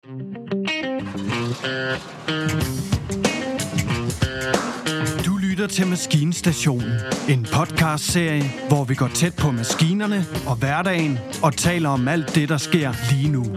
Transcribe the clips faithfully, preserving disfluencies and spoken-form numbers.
Du lytter til Maskinstationen, en podcastserie, hvor vi går tæt på maskinerne og hverdagen og taler om alt det, der sker lige nu.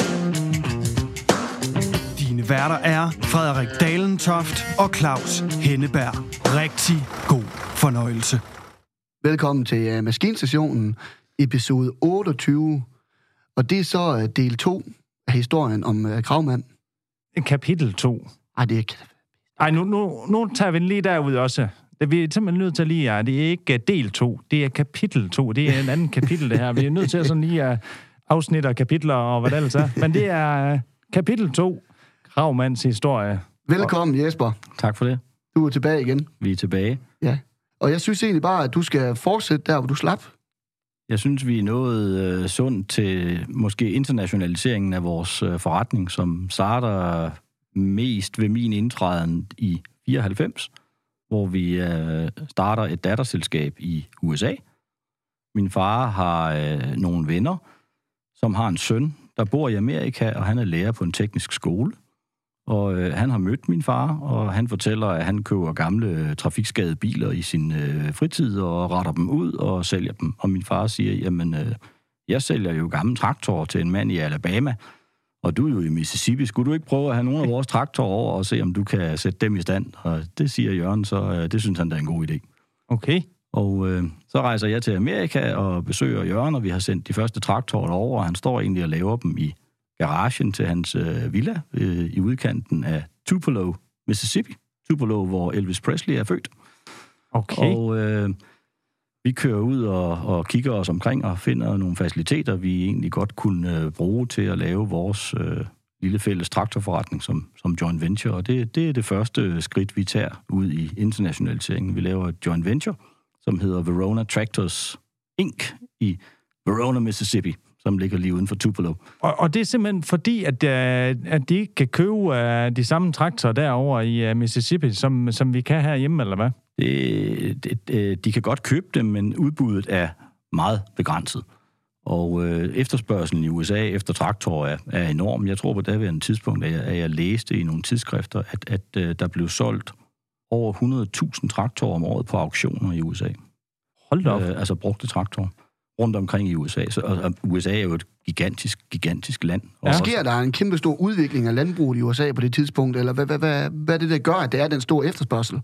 Dine værter er Frederik Dalentoft og Claus Henneberg. Rigtig god fornøjelse. Velkommen til uh, Maskinstationen, episode otteogtyve. Og det er så uh, del to af historien om uh, Kravmand. Kapitel to. Ej, det er ikke... Ej, nu, nu, nu tager vi den lige derud også. Det, vi er simpelthen nødt til lige at... Det er ikke del to, det er kapitel to. Det er en anden kapitel, det her. Vi er nødt til at sådan lige at afsnitte og kapitler og hvad det ellers er. Men det er uh, kapitel to, Kravmands historie. Velkommen, Jesper. Tak for det. Du er tilbage igen. Vi er tilbage. Ja. Og jeg synes egentlig bare, at du skal fortsætte der, hvor du slap. Jeg synes, vi er nået øh, sundt til måske internationaliseringen af vores øh, forretning, som starter mest ved min indtræden i fireoghalvfems, hvor vi øh, starter et datterselskab i U S A. Min far har øh, nogle venner, som har en søn, der bor i Amerika, og han er lærer på en teknisk skole. Og øh, han har mødt min far, og han fortæller, at han køber gamle øh, trafikskadede biler i sin øh, fritid og retter dem ud og sælger dem. Og min far siger, jamen, øh, jeg sælger jo gamle traktorer til en mand i Alabama, og du er jo i Mississippi. Skulle du ikke prøve at have nogle af vores traktorer over og se, om du kan sætte dem i stand? Og det siger Jørgen, så øh, det synes han, der er en god idé. Okay. Og øh, så rejser jeg til Amerika og besøger Jørgen, og vi har sendt de første traktorer over, og han står egentlig og laver dem i garagen til hans øh, villa øh, i udkanten af Tupelo, Mississippi. Tupelo, hvor Elvis Presley er født. Okay. Og øh, vi kører ud og, og kigger os omkring og finder nogle faciliteter, vi egentlig godt kunne øh, bruge til at lave vores øh, lille fælles traktorforretning som, som joint venture. Og det, det er det første skridt, vi tager ud i internationaliseringen. Vi laver et joint venture, som hedder Verona Tractors Incorporated i Verona, Mississippi, som ligger lige uden for Tupelo. Og, og det er simpelthen fordi, at, at de ikke kan købe uh, de samme traktorer derovre i uh, Mississippi, som, som vi kan herhjemme, eller hvad? Det, det, det, de kan godt købe dem, men udbuddet er meget begrænset. Og øh, efterspørgselen i U S A efter traktorer er, er enorm. Jeg tror på daværende tidspunkt, at jeg, at jeg læste i nogle tidsskrifter, at, at, at der blev solgt over hundrede tusind traktorer om året på auktioner i U S A. Hold da op. Øh, altså brugte traktorer rundt omkring i U S A. Så, og U S A er jo et gigantisk, gigantisk land. Ja. Sker der en kæmpe stor udvikling af landbruget i U S A på det tidspunkt, eller hvad, hvad, hvad, hvad er det, der gør, at det er den store efterspørgsel?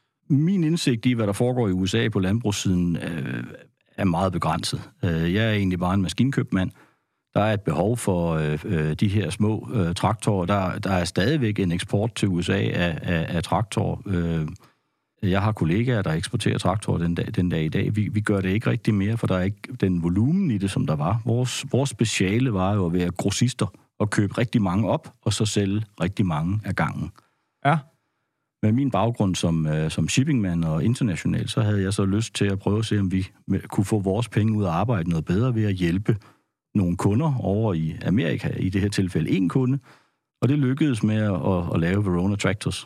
Min indsigt i, hvad der foregår i U S A på landbrugssiden, øh, er meget begrænset. Jeg er egentlig bare en maskinkøbmand. Der er et behov for øh, de her små øh, traktorer. Der, der er stadigvæk en eksport til U S A af, af, af traktorer. Øh, Jeg har kollegaer, der eksporterer traktorer den dag, den dag i dag. Vi, vi gør det ikke rigtig mere, for der er ikke den volumen i det, som der var. Vores, vores speciale var jo at være grossister og købe rigtig mange op, og så sælge rigtig mange af gangen. Ja. Med min baggrund som, uh, som shippingmand og international, så havde jeg så lyst til at prøve at se, om vi kunne få vores penge ud og arbejde noget bedre ved at hjælpe nogle kunder over i Amerika, i det her tilfælde en kunde, og det lykkedes med at, at lave Verona Tractors.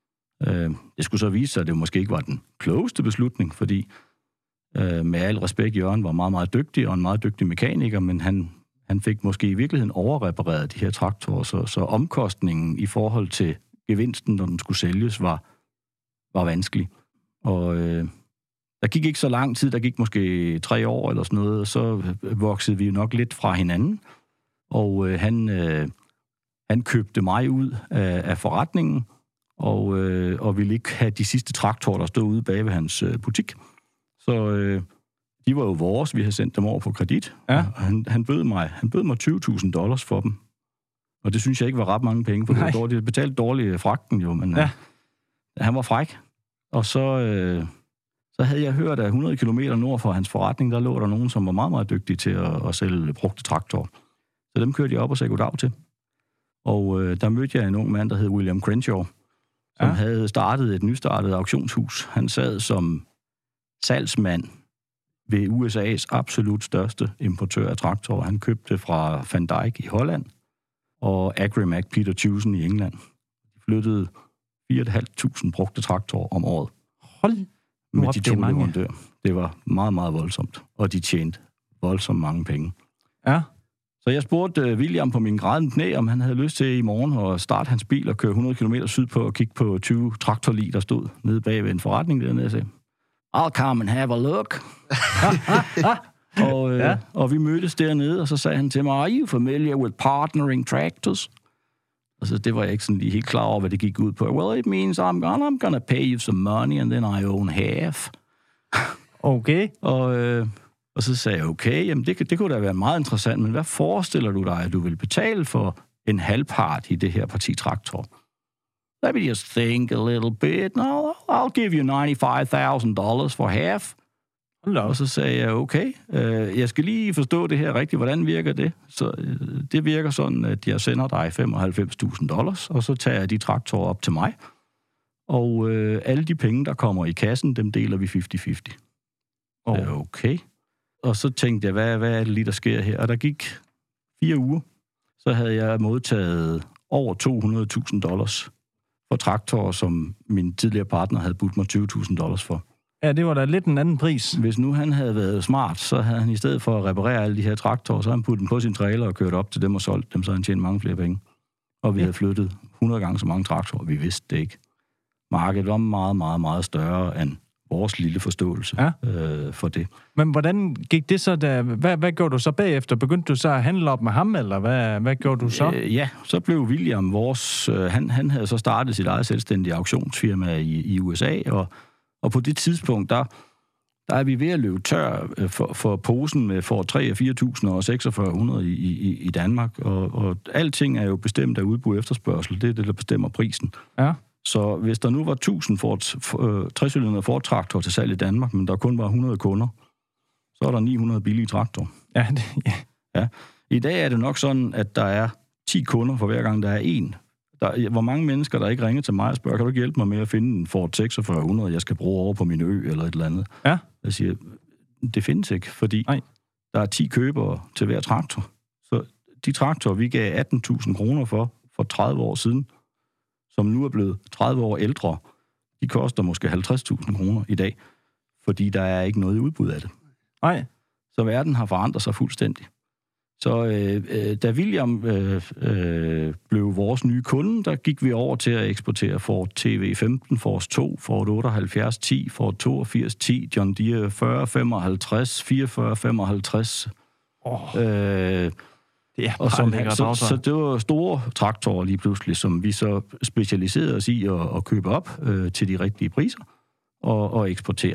Det skulle så vise sig, at det måske ikke var den klogeste beslutning, fordi øh, med al respekt, Jørgen var meget, meget dygtig og en meget dygtig mekaniker, men han, han fik måske i virkeligheden overrepareret de her traktorer, så, så omkostningen i forhold til gevinsten, når den skulle sælges, var, var vanskelig. Og øh, der gik ikke så lang tid, der gik måske tre år eller sådan noget, og så voksede vi nok lidt fra hinanden, og øh, han, øh, han købte mig ud af, af forretningen, Og, øh, og ville ikke have de sidste traktorer, der stod ude bag ved hans øh, butik. Så øh, de var jo vores, vi havde sendt dem over på kredit. Ja. Og han, han bød mig, han bød mig tyve tusind dollars for dem. Og det synes jeg ikke var ret mange penge, for det var dårligt. Jeg betalte dårligt fragten jo, men ja. øh, han var fræk. Og så, øh, så havde jeg hørt, at hundrede kilometer nord for hans forretning, der lå der nogen, som var meget, meget dygtige til at, at sælge brugte traktorer. Så dem kørte jeg op og sagde goddag til. Og øh, der mødte jeg en ung mand, der hed William Crenshaw, som ja. havde startet et nystartet auktionshus. Han sad som salgsmand ved U S A's absolut største importør af traktorer. Han købte fra Van Dijk i Holland og Agrimac Peter Tewson i England. De flyttede fire tusind fem hundrede brugte traktorer om året. Hold med de to leverandører. Det var meget, meget voldsomt. Og de tjente voldsomt mange penge. Ja. Så jeg spurgte uh, William på min grædende knæ, om han havde lyst til i morgen at starte hans bil og køre hundrede kilometer sydpå og kigge på tyve traktorlig, der stod nede bag ved en forretning dernede og sagde, I'll come and have a look. og, øh, ja. og vi mødtes dernede, og så sagde han til mig, are you familiar with partnering tractors? Og så det var jeg ikke sådan lige helt klar over, hvad det gik ud på. Well, it means I'm gonna, I'm gonna pay you some money, and then I own half. Okay. og, øh, og så sagde jeg, okay, jamen det, det kunne da være meget interessant, men hvad forestiller du dig, at du vil betale for en halvpart i det her parti traktor? Let me just think a little bit. No, I'll give you ninety-five thousand dollars for half. Hello. Og så sagde jeg, okay, øh, jeg skal lige forstå det her rigtigt. Hvordan virker det? Så øh, det virker sådan, at jeg sender dig femoghalvfems tusind dollars, og så tager jeg de traktorer op til mig. Og øh, alle de penge, der kommer i kassen, dem deler vi halvtreds halvtreds. Oh. Øh, okay. Og så tænkte jeg, hvad, hvad er det lige, der sker her? Og der gik fire uger, så havde jeg modtaget over to hundrede tusind dollars for traktorer, som min tidligere partner havde budt mig tyve tusind dollars for. Ja, det var da lidt en anden pris. Hvis nu han havde været smart, så havde han i stedet for at reparere alle de her traktorer, så havde han puttet dem på sin trailer og kørt op til dem og solgt dem, så han tjente mange flere penge. Og vi ja. havde flyttet hundrede gange så mange traktorer, vi vidste det ikke. Markedet var meget, meget, meget større end vores lille forståelse ja. øh, for det. Men hvordan gik det så, da, hvad, hvad gjorde du så bagefter? Begyndte du så at handle op med ham, eller hvad, hvad gjorde du så? Øh, ja, så blev William vores, øh, han, han havde så startet sit eget selvstændige auktionsfirma i, i U S A, og, og på det tidspunkt, der, der er vi ved at løbe tør for, for posen med for tre tusind, fire tusind og seksogfyrre hundrede i, i, i Danmark, og, og alting er jo bestemt af udbud og efterspørgsel, det er det, der bestemmer prisen. Ja. Så hvis der nu var tusind Ford, øh, tre-cylindrede Ford-traktorer til salg i Danmark, men der kun var hundrede kunder, så er der ni hundrede billige traktorer. Ja, det, ja. ja. I dag er det nok sådan, at der er ti kunder for hver gang, der er en. Der, hvor mange mennesker, der ikke ringer til mig og spørger, kan du ikke hjælpe mig med at finde en Ford seksogfyrre hundrede, jeg skal bruge over på min ø eller et eller andet? Ja. Jeg siger, det findes ikke, fordi Nej. der er ti købere til hver traktor. Så de traktorer, vi gav atten tusind kroner for, for tredive år siden, som nu er blevet tredive år ældre, de koster måske halvtreds tusind kroner i dag, fordi der er ikke noget i udbud af det. Nej. Så verden har forandret sig fuldstændig. Så øh, øh, da William øh, øh, blev vores nye kunde, der gik vi over til at eksportere Ford T V femten, Ford to, Ford otteoghalvfjerds ti, Ford toogfirs ti, John Deere fyrre femoghalvtreds, fireogfyrre femoghalvtreds. Oh. Øh, det er og som, så, så det var store traktorer lige pludselig, som vi så specialiserede os i at, at købe op øh, til de rigtige priser og, og eksportere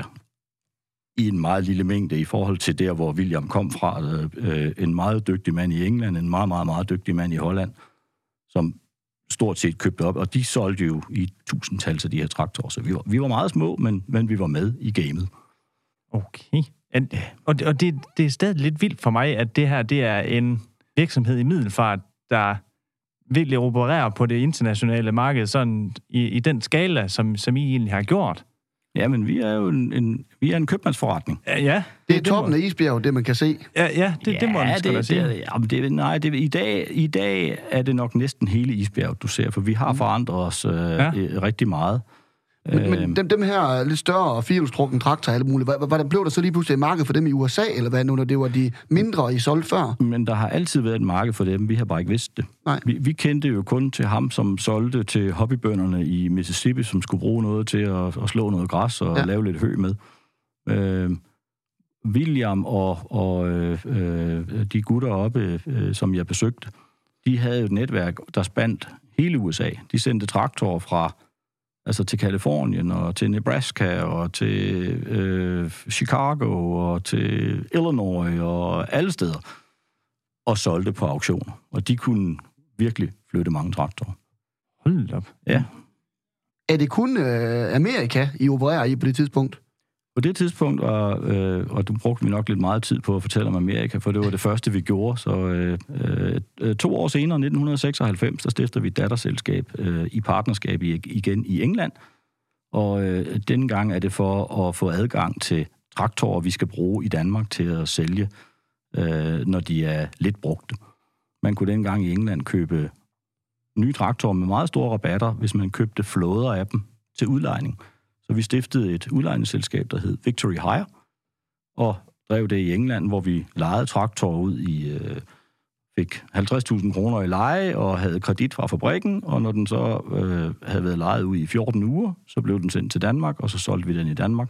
i en meget lille mængde i forhold til der, hvor William kom fra. Øh, en meget dygtig mand i England, en meget, meget, meget dygtig mand i Holland, som stort set købte op, og de solgte jo i tusindtals af de her traktorer. Så vi var, vi var meget små, men, men vi var med i gamet. Okay. Og, og det, det er stadig lidt vildt for mig, at det her det er en virksomhed i Middelfart, der virkelig opererer på det internationale marked sådan i, i den skala, som, som I egentlig har gjort. Ja, men vi er jo en, en, vi er en købmandsforretning. Ja, ja. Det er toppen af isbjerget, det man kan se. Ja, ja det, ja, det må man det, sige. Det, jamen det, nej, det, i, dag, i dag er det nok næsten hele isbjerget, du ser, for vi har forandret os øh, ja. rigtig meget. Men, men dem, dem her lidt større firehjulstrukne traktorer og alt muligt, hvad, hvad, blev der så lige pludselig et marked for dem i U S A, eller hvad nu, når det var de mindre, I solgte før? Men der har altid været et marked for dem, vi har bare ikke vidst det. Nej. Vi, vi kendte jo kun til ham, som solgte til hobbybønderne i Mississippi, som skulle bruge noget til at, at slå noget græs og ja. lave lidt hø med. Øh, William og, og øh, de gutter oppe, øh, som jeg besøgte, de havde et netværk, der spandt hele U S A. De sendte traktorer fra altså til Californien, og til Nebraska, og til øh, Chicago, og til Illinois, og alle steder, og solgte på auktioner. Og de kunne virkelig flytte mange traktorer. Hold op. Ja. Er det kun øh, Amerika, I opererer i på det tidspunkt? På det tidspunkt, var, øh, og du brugte vi nok lidt meget tid på at fortælle om Amerika, for det var det første, vi gjorde. Så øh, øh, to år senere, nitten seksoghalvfems, der stifter vi et datterselskab øh, i partnerskab i, igen i England. Og øh, denne gang er det for at få adgang til traktorer, vi skal bruge i Danmark til at sælge, øh, når de er lidt brugte. Man kunne dengang i England købe nye traktorer med meget store rabatter, hvis man købte flåder af dem til udlejning. Så vi stiftede et udlejningsselskab, der hed Victory Hire, og drev det i England, hvor vi lejede traktorer ud i øh, fik halvtreds tusind kroner i leje og havde kredit fra fabrikken, og når den så øh, havde været lejet ud i fjorten uger, så blev den sendt til Danmark, og så solgte vi den i Danmark.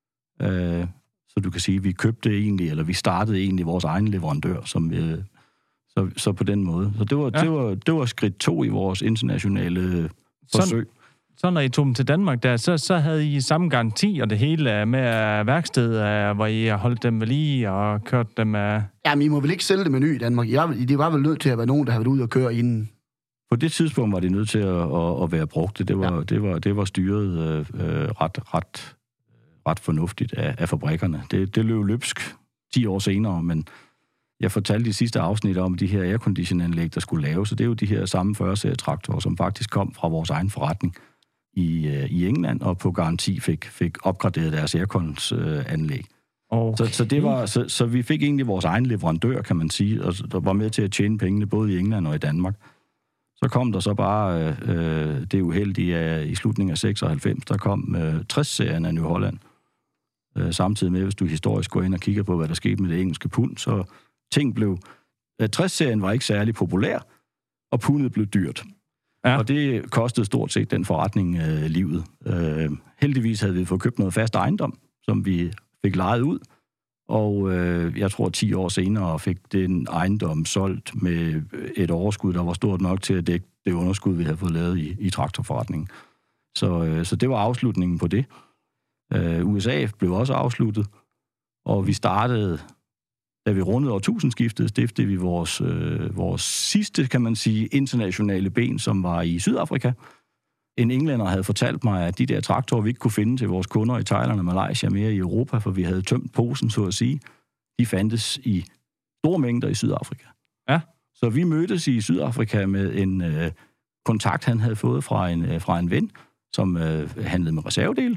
Øh, så du kan sige, at vi købte egentlig, eller vi startede egentlig vores egen leverandør, som øh, så, så på den måde. Så det var, ja. det var, det var skridt to i vores internationale forsøg. Sådan, så når I tog dem til Danmark, der, så, så havde I samme garanti og det hele med værkstedet, hvor I holdt dem ved lige og kørt dem af... Jamen, I må vel ikke sælge det med ny i Danmark? Det var vel nødt til at være nogen, der havde været ude og køre inden? På det tidspunkt var det nødt til at, at, at være brugt. Det var, ja. det var, det var styret øh, ret, ret, ret fornuftigt af, af fabrikkerne. Det, det løb løbsk ti år senere, men jeg fortalte i sidste afsnit om de her aircondition-anlæg, der skulle laves, så det er jo de her samme fyrre-serie traktorer, som faktisk kom fra vores egen forretning i, i England, og på garanti fik, fik opgraderet deres aircons-anlæg. Okay. Så, så, det var, så, så vi fik egentlig vores egen leverandør, kan man sige, og der var med til at tjene pengene både i England og i Danmark. Så kom der så bare øh, det uheldige af, i slutningen af seksoghalvfems, der kom øh, tres-serien af New Holland. Øh, samtidig med, hvis du historisk går ind og kigger på, hvad der skete med det engelske pund, så ting blev... Øh, tres-serien var ikke særlig populær, og pundet blev dyrt. Ja. Og det kostede stort set den forretning øh, livet. Øh, heldigvis havde vi fået købt noget fast ejendom, som vi fik lejet ud, og øh, jeg tror ti år senere fik den ejendom solgt med et overskud, der var stort nok til at dække det underskud, vi havde fået lavet i, i traktorforretningen. Så, øh, så det var afslutningen på det. Øh, U S A blev også afsluttet, og vi startede, da vi rundede årtusindskiftet, stiftede vi vores, øh, vores sidste, kan man sige, internationale ben, som var i Sydafrika. En englænder havde fortalt mig, at de der traktorer, vi ikke kunne finde til vores kunder i Thailand og Malaysia, mere i Europa, for vi havde tømt posen, så at sige, de fandtes i store mængder i Sydafrika. Ja. Så vi mødtes i Sydafrika med en øh, kontakt, han havde fået fra en, øh, fra en ven, som øh, handlede med reservedele.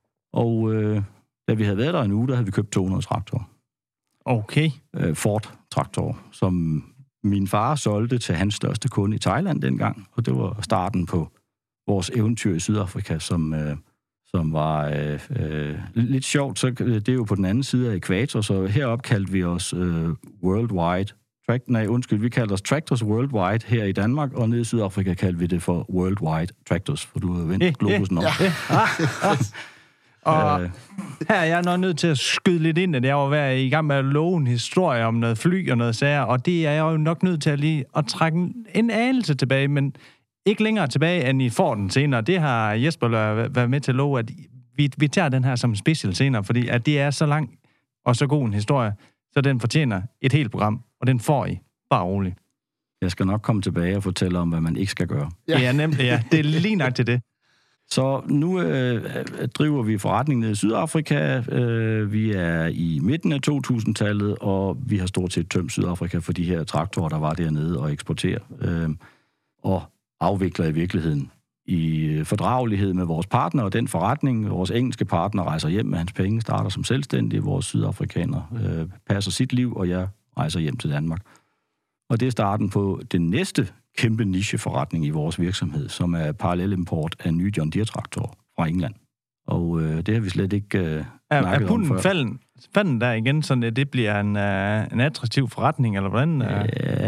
Og øh, da vi havde været der en uge, der havde vi købt to hundrede traktorer. Okay. Øh, Ford-traktorer, som min far solgte til hans største kunde i Thailand dengang, og det var starten på vores eventyr i Sydafrika, som, øh, som var øh, øh, lidt sjovt. Så det er jo på den anden side af ekvator, så heroppe kaldte vi os øh, Worldwide. Tract, nej, undskyld, vi kaldte os Tractors Worldwide her i Danmark, og nede i Sydafrika kaldte vi det for Worldwide Tractors, for du har vendt eh, globusen om. Eh, eh, ah, ah. Og her er jeg nok nødt til at skyde lidt ind, at jeg var været i gang med at love en historie om noget fly og noget sager, og det er jeg jo nok nødt til at lige at trække en anelse tilbage, men ikke længere tilbage, end I får den senere. Det har Jesper været med til at love, at vi, vi tager den her som special senere, fordi at det er så lang og så god en historie, så den fortjener et helt program, og den får I. Bare roligt. Jeg skal nok komme tilbage og fortælle om, hvad man ikke skal gøre. Ja, ja nemlig, ja. Det er lige nok til det. Så nu øh, driver vi forretningen nede i Sydafrika. Øh, vi er i midten af to tusind-tallet, og vi har stort set tømt Sydafrika for de her traktorer, der var dernede og eksporterer. Øh, og afvikler i virkeligheden i fordragelighed med vores partner og den forretning. Vores engelske partner rejser hjem med hans penge, starter som selvstændig. Vores sydafrikaner øh, passer sit liv, og jeg rejser hjem til Danmark. Og det er starten på den næste kæmpe nicheforretning i vores virksomhed, som er parallelimport af nye John Deere-traktorer fra England. Og øh, det har vi slet ikke øh, snakket om før. Er punden falden der igen, så det bliver en, øh, en attraktiv forretning, eller hvordan? Øh?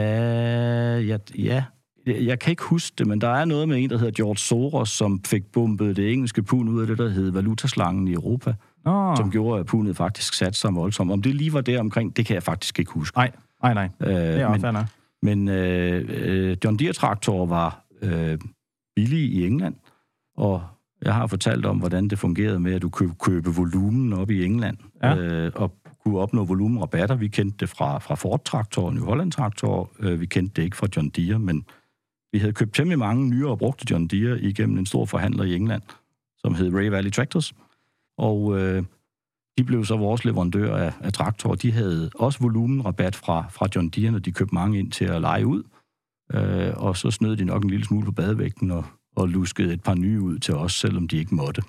Øh, ja, ja. Jeg kan ikke huske det, men der er noget med en, der hedder George Soros, som fik bumpet det engelske pund ud af det, der hed valutaslangen i Europa, oh. som gjorde, at pundet faktisk satte sig voldsomt. Om det lige var der omkring, det kan jeg faktisk ikke huske. Nej, nej, nej. Øh, det er men, men øh, John Deere-traktorer var øh, billige i England, og jeg har fortalt om, hvordan det fungerede med, at du kunne købe volumen op i England, ja. øh, og kunne opnå volumenrabatter. Vi kendte det fra, fra Ford-traktorer, New Holland-traktorer. Øh, vi kendte det ikke fra John Deere, men vi havde købt temmelig mange nyere og brugte John Deere igennem en stor forhandler i England, som hed Ray Valley Tractors. Og øh, de blev så vores leverandør af, af traktorer. De havde også volumenrabat fra, fra John Deere, når de købte mange ind til at leje ud. Øh, og så snød de nok en lille smule på badevægten og, og luskede et par nye ud til os, selvom de ikke måtte.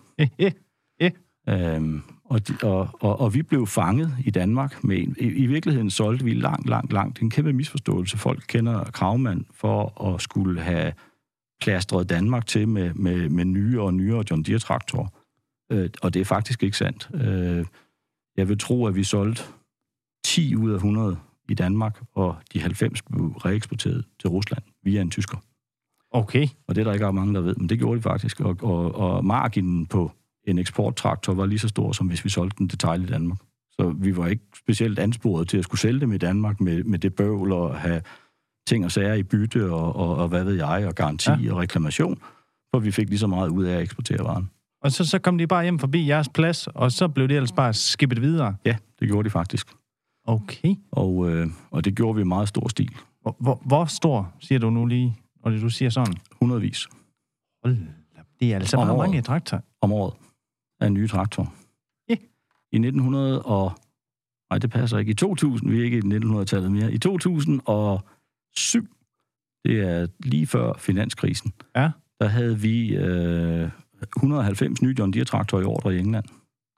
øhm, og, de, og, og, og vi blev fanget i Danmark med en, i, i virkeligheden solgte vi langt, langt, langt. Det er en kæmpe misforståelse. Folk kender Kragman for at skulle have plastret Danmark til med, med, med nye og nyere John Deere-traktorer. Øh, og det er faktisk ikke sandt. Øh, jeg vil tro, at vi solgte ti ud af hundrede i Danmark, og de halvfems blev reeksporteret til Rusland via en tysker. Okay. Og det er der ikke mange, der ved, men det gjorde de faktisk. Og, og, og marginen på en eksporttraktor var lige så stor, som hvis vi solgte den detail i Danmark. Så vi var ikke specielt ansporet til at skulle sælge dem i Danmark med, med det bøvl og have ting og sager i bytte og, og, og hvad ved jeg, og garanti ja. og reklamation, for vi fik lige så meget ud af at eksportere varen. Og så, så kom de bare hjem forbi jeres plads, og så blev det ellers bare skippet videre? Ja, det gjorde de faktisk. Okay. Og, øh, og det gjorde vi i meget stor stil. Hvor, hvor, hvor stor, siger du nu lige, når du siger sådan? Hundredvis. Hold da, det er altså meget mange traktorer. Om året af en nye traktor. Yeah. I nitten hundrede og... Nej, det passer ikke. I to tusind, vi er ikke i nitten hundrede-tallet mere. I to tusind og syv, det er lige før finanskrisen, ja. der havde vi øh, et hundrede og halvfems nye John Deere-traktorer i ordre i England.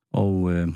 Og øh,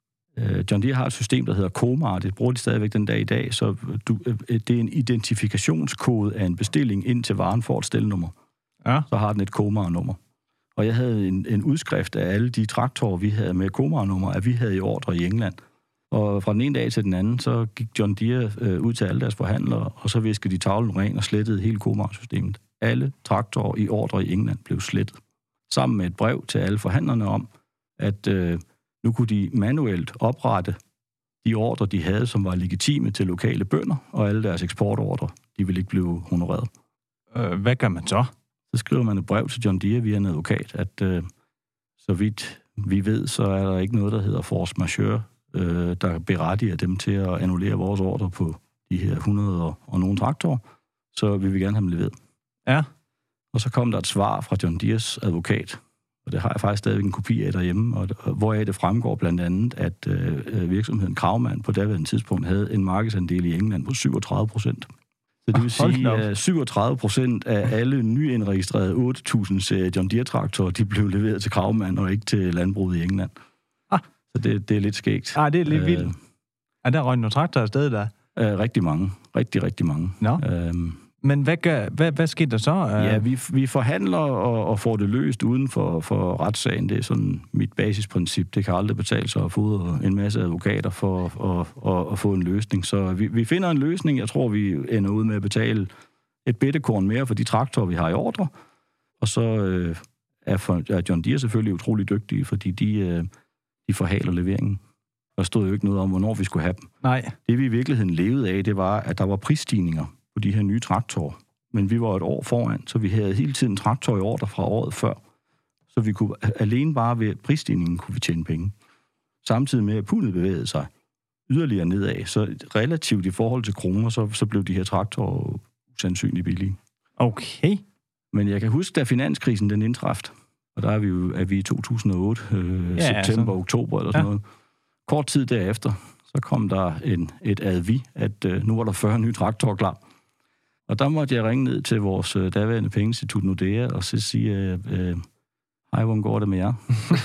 John Deere har et system, der hedder Comar. Det bruger de stadigvæk den dag i dag. Så du, øh, det er en identifikationskode af en bestilling ind til varen for et stelnummer. Ja. Så har den et Comar-nummer. Og jeg havde en, en udskrift af alle de traktorer, vi havde med Comar-nummer, at vi havde i ordre i England. Og fra den ene dag til den anden, så gik John Deere øh, ud til alle deres forhandlere, og så viskede de tavlen ren og slettede hele Comar-systemet. Alle traktorer i ordre i England blev slettet. Sammen med et brev til alle forhandlerne om, at øh, nu kunne de manuelt oprette de ordre, de havde, som var legitime til lokale bønder, og alle deres eksportordre, de ville ikke blive honoreret. Øh, hvad gør man så? Så skriver man et brev til John Deere via en advokat, at øh, så vidt vi ved, så er der ikke noget, der hedder force majeure, øh, der berettiger dem til at annullere vores ordre på de her hundrede og, og nogle traktorer, så vi vil gerne have dem leveret. Ja. Og så kom der et svar fra John Deeres advokat, og det har jeg faktisk stadigvæk en kopi af derhjemme, og, og hvoraf det fremgår blandt andet, at øh, virksomheden Kraumann på daværende tidspunkt havde en markedsandel i England på syvogtredive procent. Så det vil sige, at syvogtredive procent af alle nyindregistrerede otte tusind John Deere-traktorer, de blev leveret til Kraumann og ikke til landbruget i England. Ah. Så det, det er lidt skægt. Ah, det er lidt vildt. Ja, der røg nogle traktorer afsted der. Øh, rigtig mange. Rigtig, rigtig mange. No. Øhm, Men hvad, gør, hvad, hvad skete der så? Ja, vi, vi forhandler og, og får det løst uden for, for retssagen. Det er sådan mit basisprincip. Det kan aldrig betale sig at få en masse advokater for at, at, at få en løsning. Så vi, vi finder en løsning. Jeg tror, vi ender ud med at betale et bittekorn mere for de traktorer, vi har i ordre. Og så øh, er, for, er John Deere selvfølgelig utrolig dygtige, fordi de, øh, de forhaler leveringen. Der stod jo ikke noget om, hvornår vi skulle have dem. Nej. Det vi i virkeligheden levede af, det var, at der var prisstigninger på de her nye traktorer. Men vi var et år foran, så vi havde hele tiden traktorer i ordre fra året før. Så vi kunne alene bare ved prisstigningen kunne vi tjene penge. Samtidig med, at pundet bevægede sig yderligere nedad. Så relativt i forhold til kroner, så, så blev de her traktorer usandsynligt billige. Okay. Men jeg kan huske, da finanskrisen den indtræft, og der er vi jo er vi i to tusind og otte, øh, ja, september, altså. oktober eller sådan ja. noget. Kort tid derefter, så kom der en, et advi, at øh, nu var der fyrre nye traktorer klar. Og der måtte jeg ringe ned til vores øh, daværende pengeinstitut Nordea, og så sige, øh, hej, hvordan går det med jer?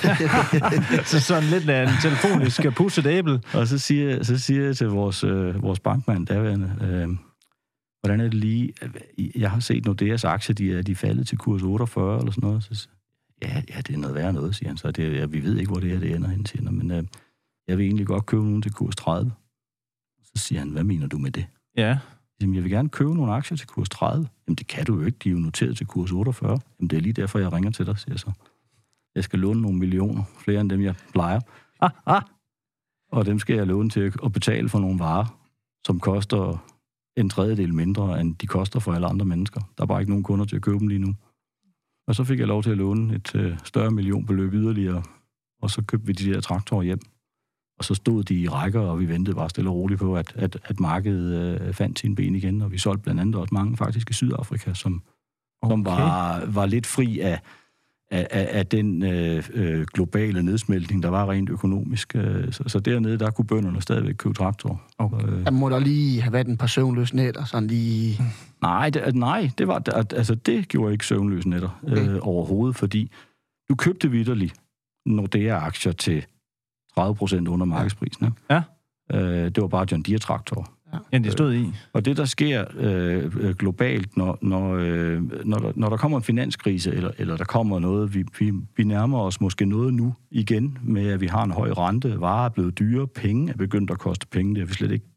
Så sådan lidt af en telefonisk pusset æble. Og så siger, så siger jeg til vores, øh, vores bankmand daværende, øh, hvordan er det lige, jeg har set Nordeas aktier, de er, de er faldet til kurs otteogfyrre eller sådan noget. Så, ja, ja, det er noget værre noget, siger han. Så det, ja, vi ved ikke, hvor det her det ender hen til. Men øh, jeg vil egentlig godt købe nogen til kurs tredive. Så siger han, hvad mener du med det? Ja. Jamen, jeg vil gerne købe nogle aktier til kurs tredive. Jamen, det kan du jo ikke. De er jo noteret til kurs otteogfyrre. Jamen, det er lige derfor, jeg ringer til dig, siger jeg så. Jeg skal låne nogle millioner, flere end dem, jeg plejer. Ah, ah. Og dem skal jeg låne til at betale for nogle varer, som koster en tredjedel mindre, end de koster for alle andre mennesker. Der er bare ikke nogen kunder til at købe dem lige nu. Og så fik jeg lov til at låne et øh, større millionbeløb yderligere, og så købte vi de der traktorer hjem. Og så stod de i rækker, og vi ventede bare stille og roligt på, at, at, at markedet øh, fandt sine ben igen. Og vi solgte blandt andet også mange faktisk i Sydafrika, som, okay. som var, var lidt fri af, af, af den øh, øh, globale nedsmeltning, der var rent økonomisk. Så, så dernede, der kunne bønderne stadigvæk købe traktorer. Okay. Øh, der må der lige have været en par søvnløse nætter, sådan lige... Nej, det, nej, det var, altså, det gjorde ikke søvnløse nætter okay. øh, overhovedet, fordi du købte vitterligt Nordea-aktier til tredive procent under markedsprisen. Ja. Øh, det var bare John Deere-traktorer. Ja, ja det stod i. Og det, der sker øh, globalt, når, når, øh, når, der, når der kommer en finanskrise, eller, eller der kommer noget, vi, vi, vi nærmer os måske noget nu igen, med at vi har en høj rente, varer er blevet dyre, penge er begyndt at koste penge, det har vi slet ikke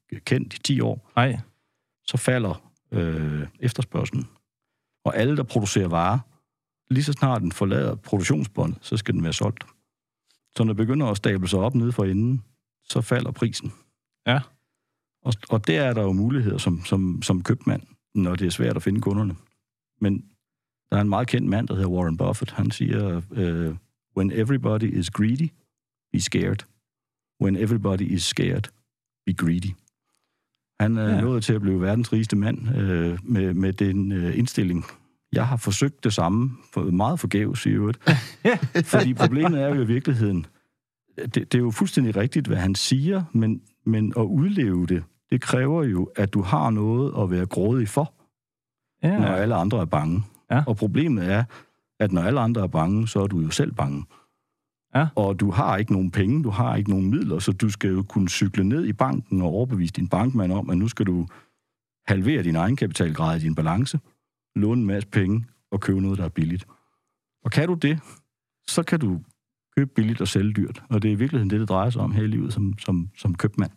kendt i ti år, Nej. så falder øh, efterspørgselen. Og alle, der producerer varer, lige så snart den forlader produktionsbåndet, så skal den være solgt. Så når det begynder at stable sig op nede for enden, så falder prisen. Ja. Og, og der er der jo muligheder som, som, som købmand, når det er svært at finde kunderne. Men der er en meget kendt mand, der hedder Warren Buffett. Han siger, uh, when everybody is greedy, be scared. When everybody is scared, be greedy. Han er ja. nået til at blive verdens rigeste mand uh, med, med den uh, indstilling. Jeg har forsøgt det samme, for meget forgæves i øvrigt. Fordi problemet er jo i virkeligheden, det, det er jo fuldstændig rigtigt, hvad han siger, men, men at udleve det, det kræver jo, at du har noget at være grådig for, ja. når alle andre er bange. Ja. Og problemet er, at når alle andre er bange, så er du jo selv bange. Ja. Og du har ikke nogen penge, du har ikke nogen midler, så du skal jo kunne cykle ned i banken og overbevise din bankmand om, at nu skal du halvere din egenkapitalgrad i din balance, låne en masse penge og købe noget, der er billigt. Og kan du det, så kan du købe billigt og sælge dyrt. Og det er i virkeligheden det, det drejer sig om her i livet som, som, som købmand.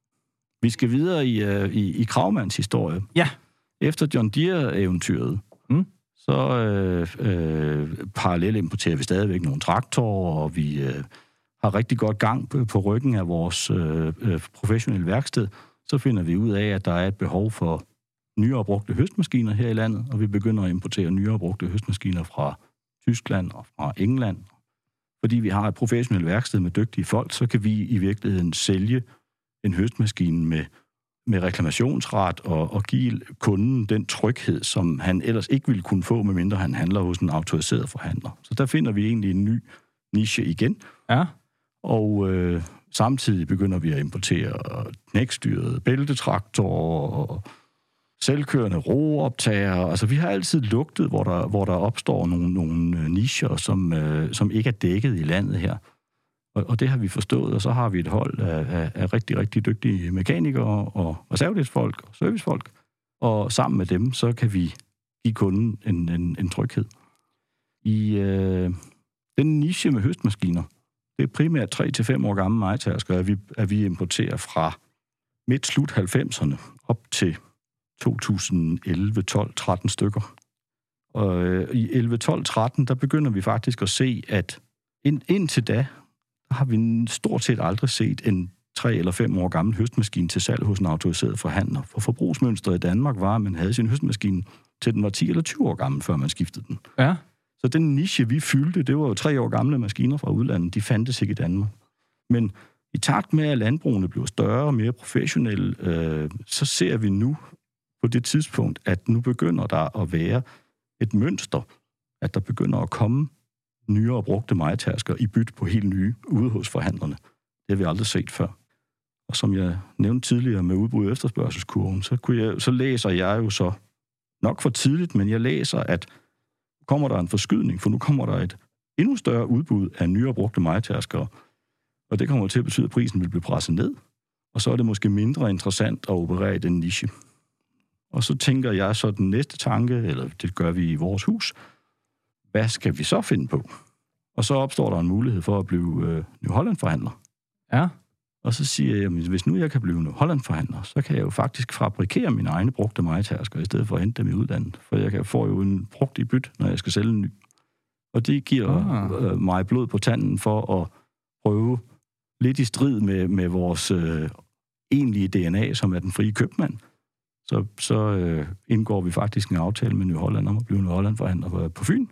Vi skal videre i, uh, i, i Kragmanns historie. Ja. Efter John Deere-eventyret, mm. så øh, øh, parallelt importerer vi stadigvæk nogle traktorer, og vi øh, har rigtig godt gang på, på ryggen af vores øh, øh, professionelle værksted. Så finder vi ud af, at der er et behov for nyere brugte høstmaskiner her i landet, og vi begynder at importere nyere brugte høstmaskiner fra Tyskland og fra England. Fordi vi har et professionelt værksted med dygtige folk, så kan vi i virkeligheden sælge en høstmaskine med, med reklamationsret og, og give kunden den tryghed, som han ellers ikke ville kunne få, medmindre han handler hos en autoriseret forhandler. Så der finder vi egentlig en ny niche igen. Ja. Og øh, samtidig begynder vi at importere knækstyrede bæltetraktorer og selvkørende roeoptager. Altså, vi har altid lugtet, hvor der, hvor der opstår nogle, nogle nicher, som, øh, som ikke er dækket i landet her. Og, og det har vi forstået, og så har vi et hold af, af, af rigtig, rigtig dygtige mekanikere og reservedelsfolk og servicefolk. Og sammen med dem, så kan vi give kunden en, en, en tryghed. I øh, den niche med høstmaskiner, det er primært tre til fem år gamle majtasker, at vi, at vi importerer fra midt-slut halvfemserne op til to tusind elleve, tolv, tretten stykker. Og øh, i elleve, tolv, tretten, der begynder vi faktisk at se, at ind, indtil da, har vi stort set aldrig set en tre eller fem år gammel høstmaskine til salg hos en autoriseret forhandler. For forbrugsmønstret i Danmark var, at man havde sin høstmaskine til den var ti eller tyve år gammel, før man skiftede den. Ja. Så den niche, vi fyldte, det var jo tre år gamle maskiner fra udlandet. De fandtes ikke i Danmark. Men i takt med, at landbrugene blev større og mere professionelle, øh, så ser vi nu på det tidspunkt, at nu begynder der at være et mønster, at der begynder at komme nyere brugte majtasker i byt på helt nye ude hos forhandlerne. Det har vi aldrig set før. Og som jeg nævnte tidligere med udbrud af efterspørgselskurven, så, kunne jeg, så læser jeg jo så nok for tidligt, men jeg læser, at kommer der en forskydning, for nu kommer der et endnu større udbud af nyere brugte majtaskere, og det kommer til at betyde, at prisen vil blive presset ned, og så er det måske mindre interessant at operere i den niche. Og så tænker jeg så den næste tanke, eller det gør vi i vores hus, hvad skal vi så finde på? Og så opstår der en mulighed for at blive øh, New Holland-forhandler. Ja. Og så siger jeg, at hvis nu jeg kan blive New Holland-forhandler, så kan jeg jo faktisk fabrikere mine egne brugte majtasker, i stedet for at hente dem i udlandet. For jeg kan få jo en brugt i byt, når jeg skal sælge en ny. Og det giver ah. øh, mig blod på tanden for at prøve lidt i strid med, med vores øh, egentlige D N A, som er den frie købmand. Så, så øh, indgår vi faktisk en aftale med New Holland om at blive New Holland-forhandler på, på Fyn.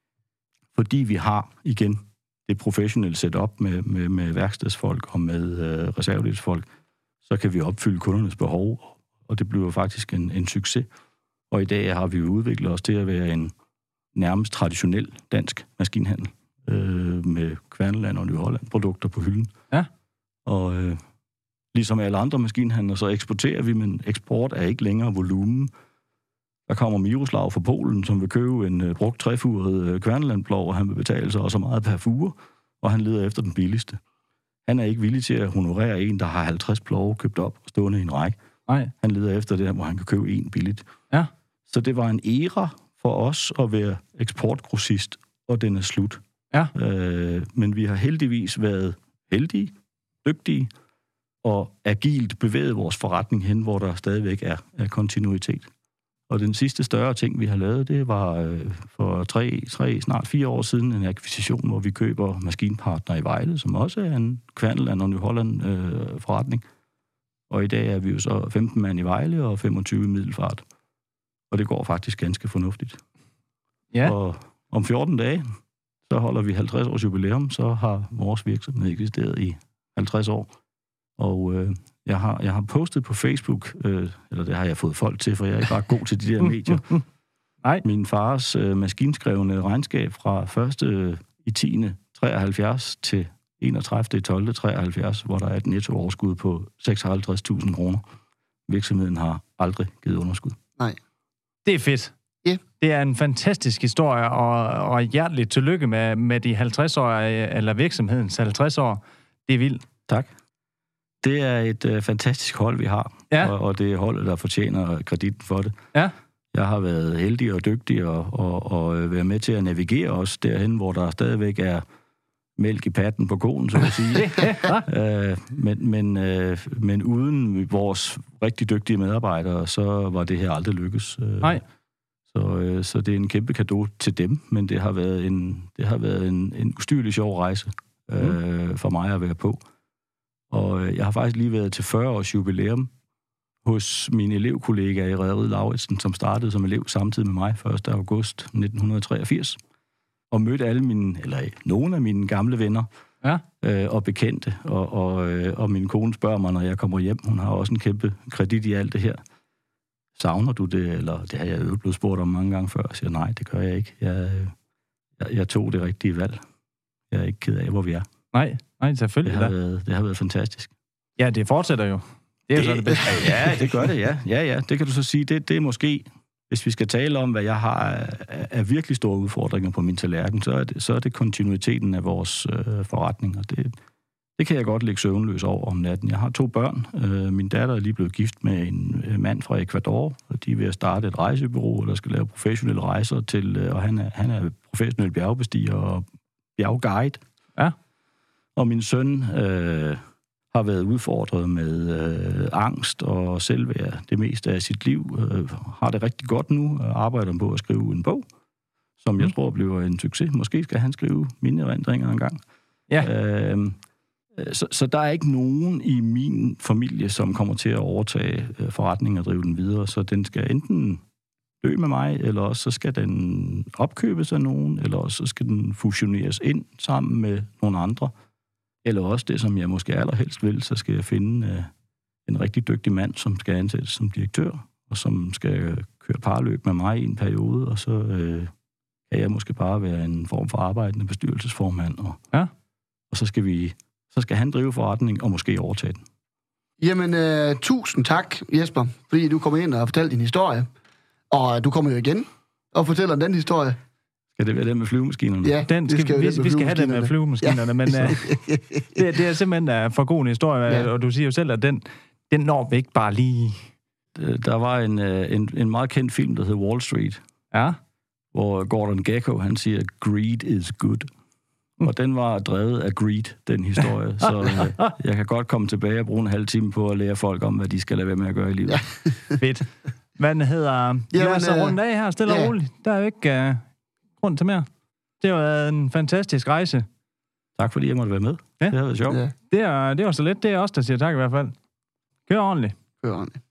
Fordi vi har, igen, det professionelle setup med, med, med værkstedsfolk og med øh, reservedelsfolk, så kan vi opfylde kundernes behov, og det bliver faktisk en, en succes. Og i dag har vi jo udviklet os til at være en nærmest traditionel dansk maskinhandel øh, med Kværneland og New Holland-produkter på hylden. Ja. Og øh, ligesom alle andre maskinhandler, så eksporterer vi, men eksport er ikke længere volumen. Der kommer Miroslav fra Polen, som vil købe en uh, brugt trefuret uh, Kværneland-plov, og han vil betale sig også meget per fure, og han leder efter den billigste. Han er ikke villig til at honorere en, der har halvtreds plove købt op og stående i en række. Nej. Han leder efter det, hvor han kan købe en billigt. Ja. Så det var en æra for os at være eksportgrossist, og den er slut. Ja. Øh, men vi har heldigvis været heldige, dygtige, og agilt bevæget vores forretning hen, hvor der stadigvæk er, er kontinuitet. Og den sidste større ting, vi har lavet, det var øh, for tre, tre, snart fire år siden en akquisition, hvor vi køber Maskinpartner i Vejle, som også er en Kvandeland og New Holland øh, forretning. Og i dag er vi jo så femten mand i Vejle og femogtyve i Middelfart. Og det går faktisk ganske fornuftigt. Ja. Og om fjorten dage, så holder vi halvtreds års jubilæum, så har vores virksomhed eksisteret i halvtreds år. Og øh, jeg, har, jeg har postet på Facebook, øh, eller det har jeg fået folk til, for jeg er ikke bare god til de der medier. Nej. Min fars øh, maskinskrevne regnskab fra første i tiende treoghalvfjerds til enogtredivte i tolvte treoghalvfjerds, hvor der er et nettooverskud på seksoghalvtreds tusind kroner. Virksomheden har aldrig givet underskud. Nej. Det er fedt. Ja. Det er en fantastisk historie, og, og hjerteligt tillykke med, med de halvtreds år, eller virksomhedens halvtreds år. Det er vildt. Tak. Det er et øh, fantastisk hold, vi har, ja. og, og det er holdet, der fortjener kreditten for det. Ja. Jeg har været heldig og dygtig og, og, og været med til at navigere os derhen, hvor der stadigvæk er mælk i patten på konen, så at sige. øh, men, men, øh, men uden vores rigtig dygtige medarbejdere, så var det her aldrig lykkes. Nej. Så, øh, så det er en kæmpe cadeau til dem, men det har været en, det har været en, en ustyrlig sjov rejse øh, mm. for mig at være på. Og øh, jeg har faktisk lige været til fyrre års jubilæum hos mine elevkollegaer i Rederiet Lauritsen, som startede som elev samtidig med mig første august nitten treogfirs. Og mødte alle mine, eller nogle af mine gamle venner ja. øh, og bekendte. Og, og, øh, og min kone spørger mig, når jeg kommer hjem, hun har også en kæmpe kredit i alt det her. Savner du det? Eller det har jeg jo blevet spurgt om mange gange før. Jeg siger, nej, det gør jeg ikke. Jeg, jeg, jeg tog det rigtige valg. Jeg er ikke ked af, hvor vi er. Nej, nej, selvfølgelig. Det har, været, det har været fantastisk. Ja, det fortsætter jo. Det er det, jo så det bedste. Ja, det gør det, ja. Ja, ja. Det kan du så sige. Det, det er måske, hvis vi skal tale om, hvad jeg har af, af virkelig store udfordringer på min tallerken, så er det, så er det kontinuiteten af vores øh, forretninger. Det, det kan jeg godt ligge søvnløs over om natten. Jeg har to børn. Øh, min datter er lige blevet gift med en mand fra Ecuador, og de er ved at starte et rejsebureau, der skal lave professionelle rejser til, øh, og han er, han er professionel bjergbestiger og bjergguide. Ja. Og min søn øh, har været udfordret med øh, angst og selvværd det meste af sit liv. Øh, har det rigtig godt nu og arbejder på at skrive en bog, som jeg mm. tror bliver en succes. Måske skal han skrive mine erindringer en gang. Ja. Øh, så, så der er ikke nogen i min familie, som kommer til at overtage øh, forretningen og drive den videre. Så den skal enten dø med mig, eller også så skal den opkøbes af nogen, eller også så skal den fusioneres ind sammen med nogle andre. Eller også det, som jeg måske allerhelst vil, så skal jeg finde øh, en rigtig dygtig mand, som skal ansættes som direktør, og som skal køre parløb med mig i en periode, og så øh, kan jeg måske bare være en form for arbejdende bestyrelsesformand. Og, ja. og så skal vi, så skal han drive forretning, og måske overtage den. Jamen, øh, tusind tak, Jesper, fordi du kom ind og fortalte din historie. Og du kommer jo igen og fortæller den historie. Skal det være den med flyvemaskinerne? Ja, den skal, skal vi, vi skal have den med flyvemaskinerne, ja. Men uh, det, det er simpelthen uh, for god en historie, ja. Og du siger jo selv, at den, den når vi ikke bare lige. Der var en, en, en meget kendt film, der hed Wall Street, ja. Hvor Gordon Gekko, han siger, greed is good. Og den var drevet af greed, den historie. Så uh, jeg kan godt komme tilbage og bruge en halv time på at lære folk om, hvad de skal lade være med at gøre i livet. Ja. Fedt. Hvad hedder... Lad os så rundt af her, stille og roligt. Der er jo ikke uh, grund til mere. Det har været en fantastisk rejse. Tak fordi jeg måtte være med. Ja. Det har været sjovt. Ja. Det, er, det var så let. Det er os, der siger tak i hvert fald. Kør ordentligt. Kør ordentligt.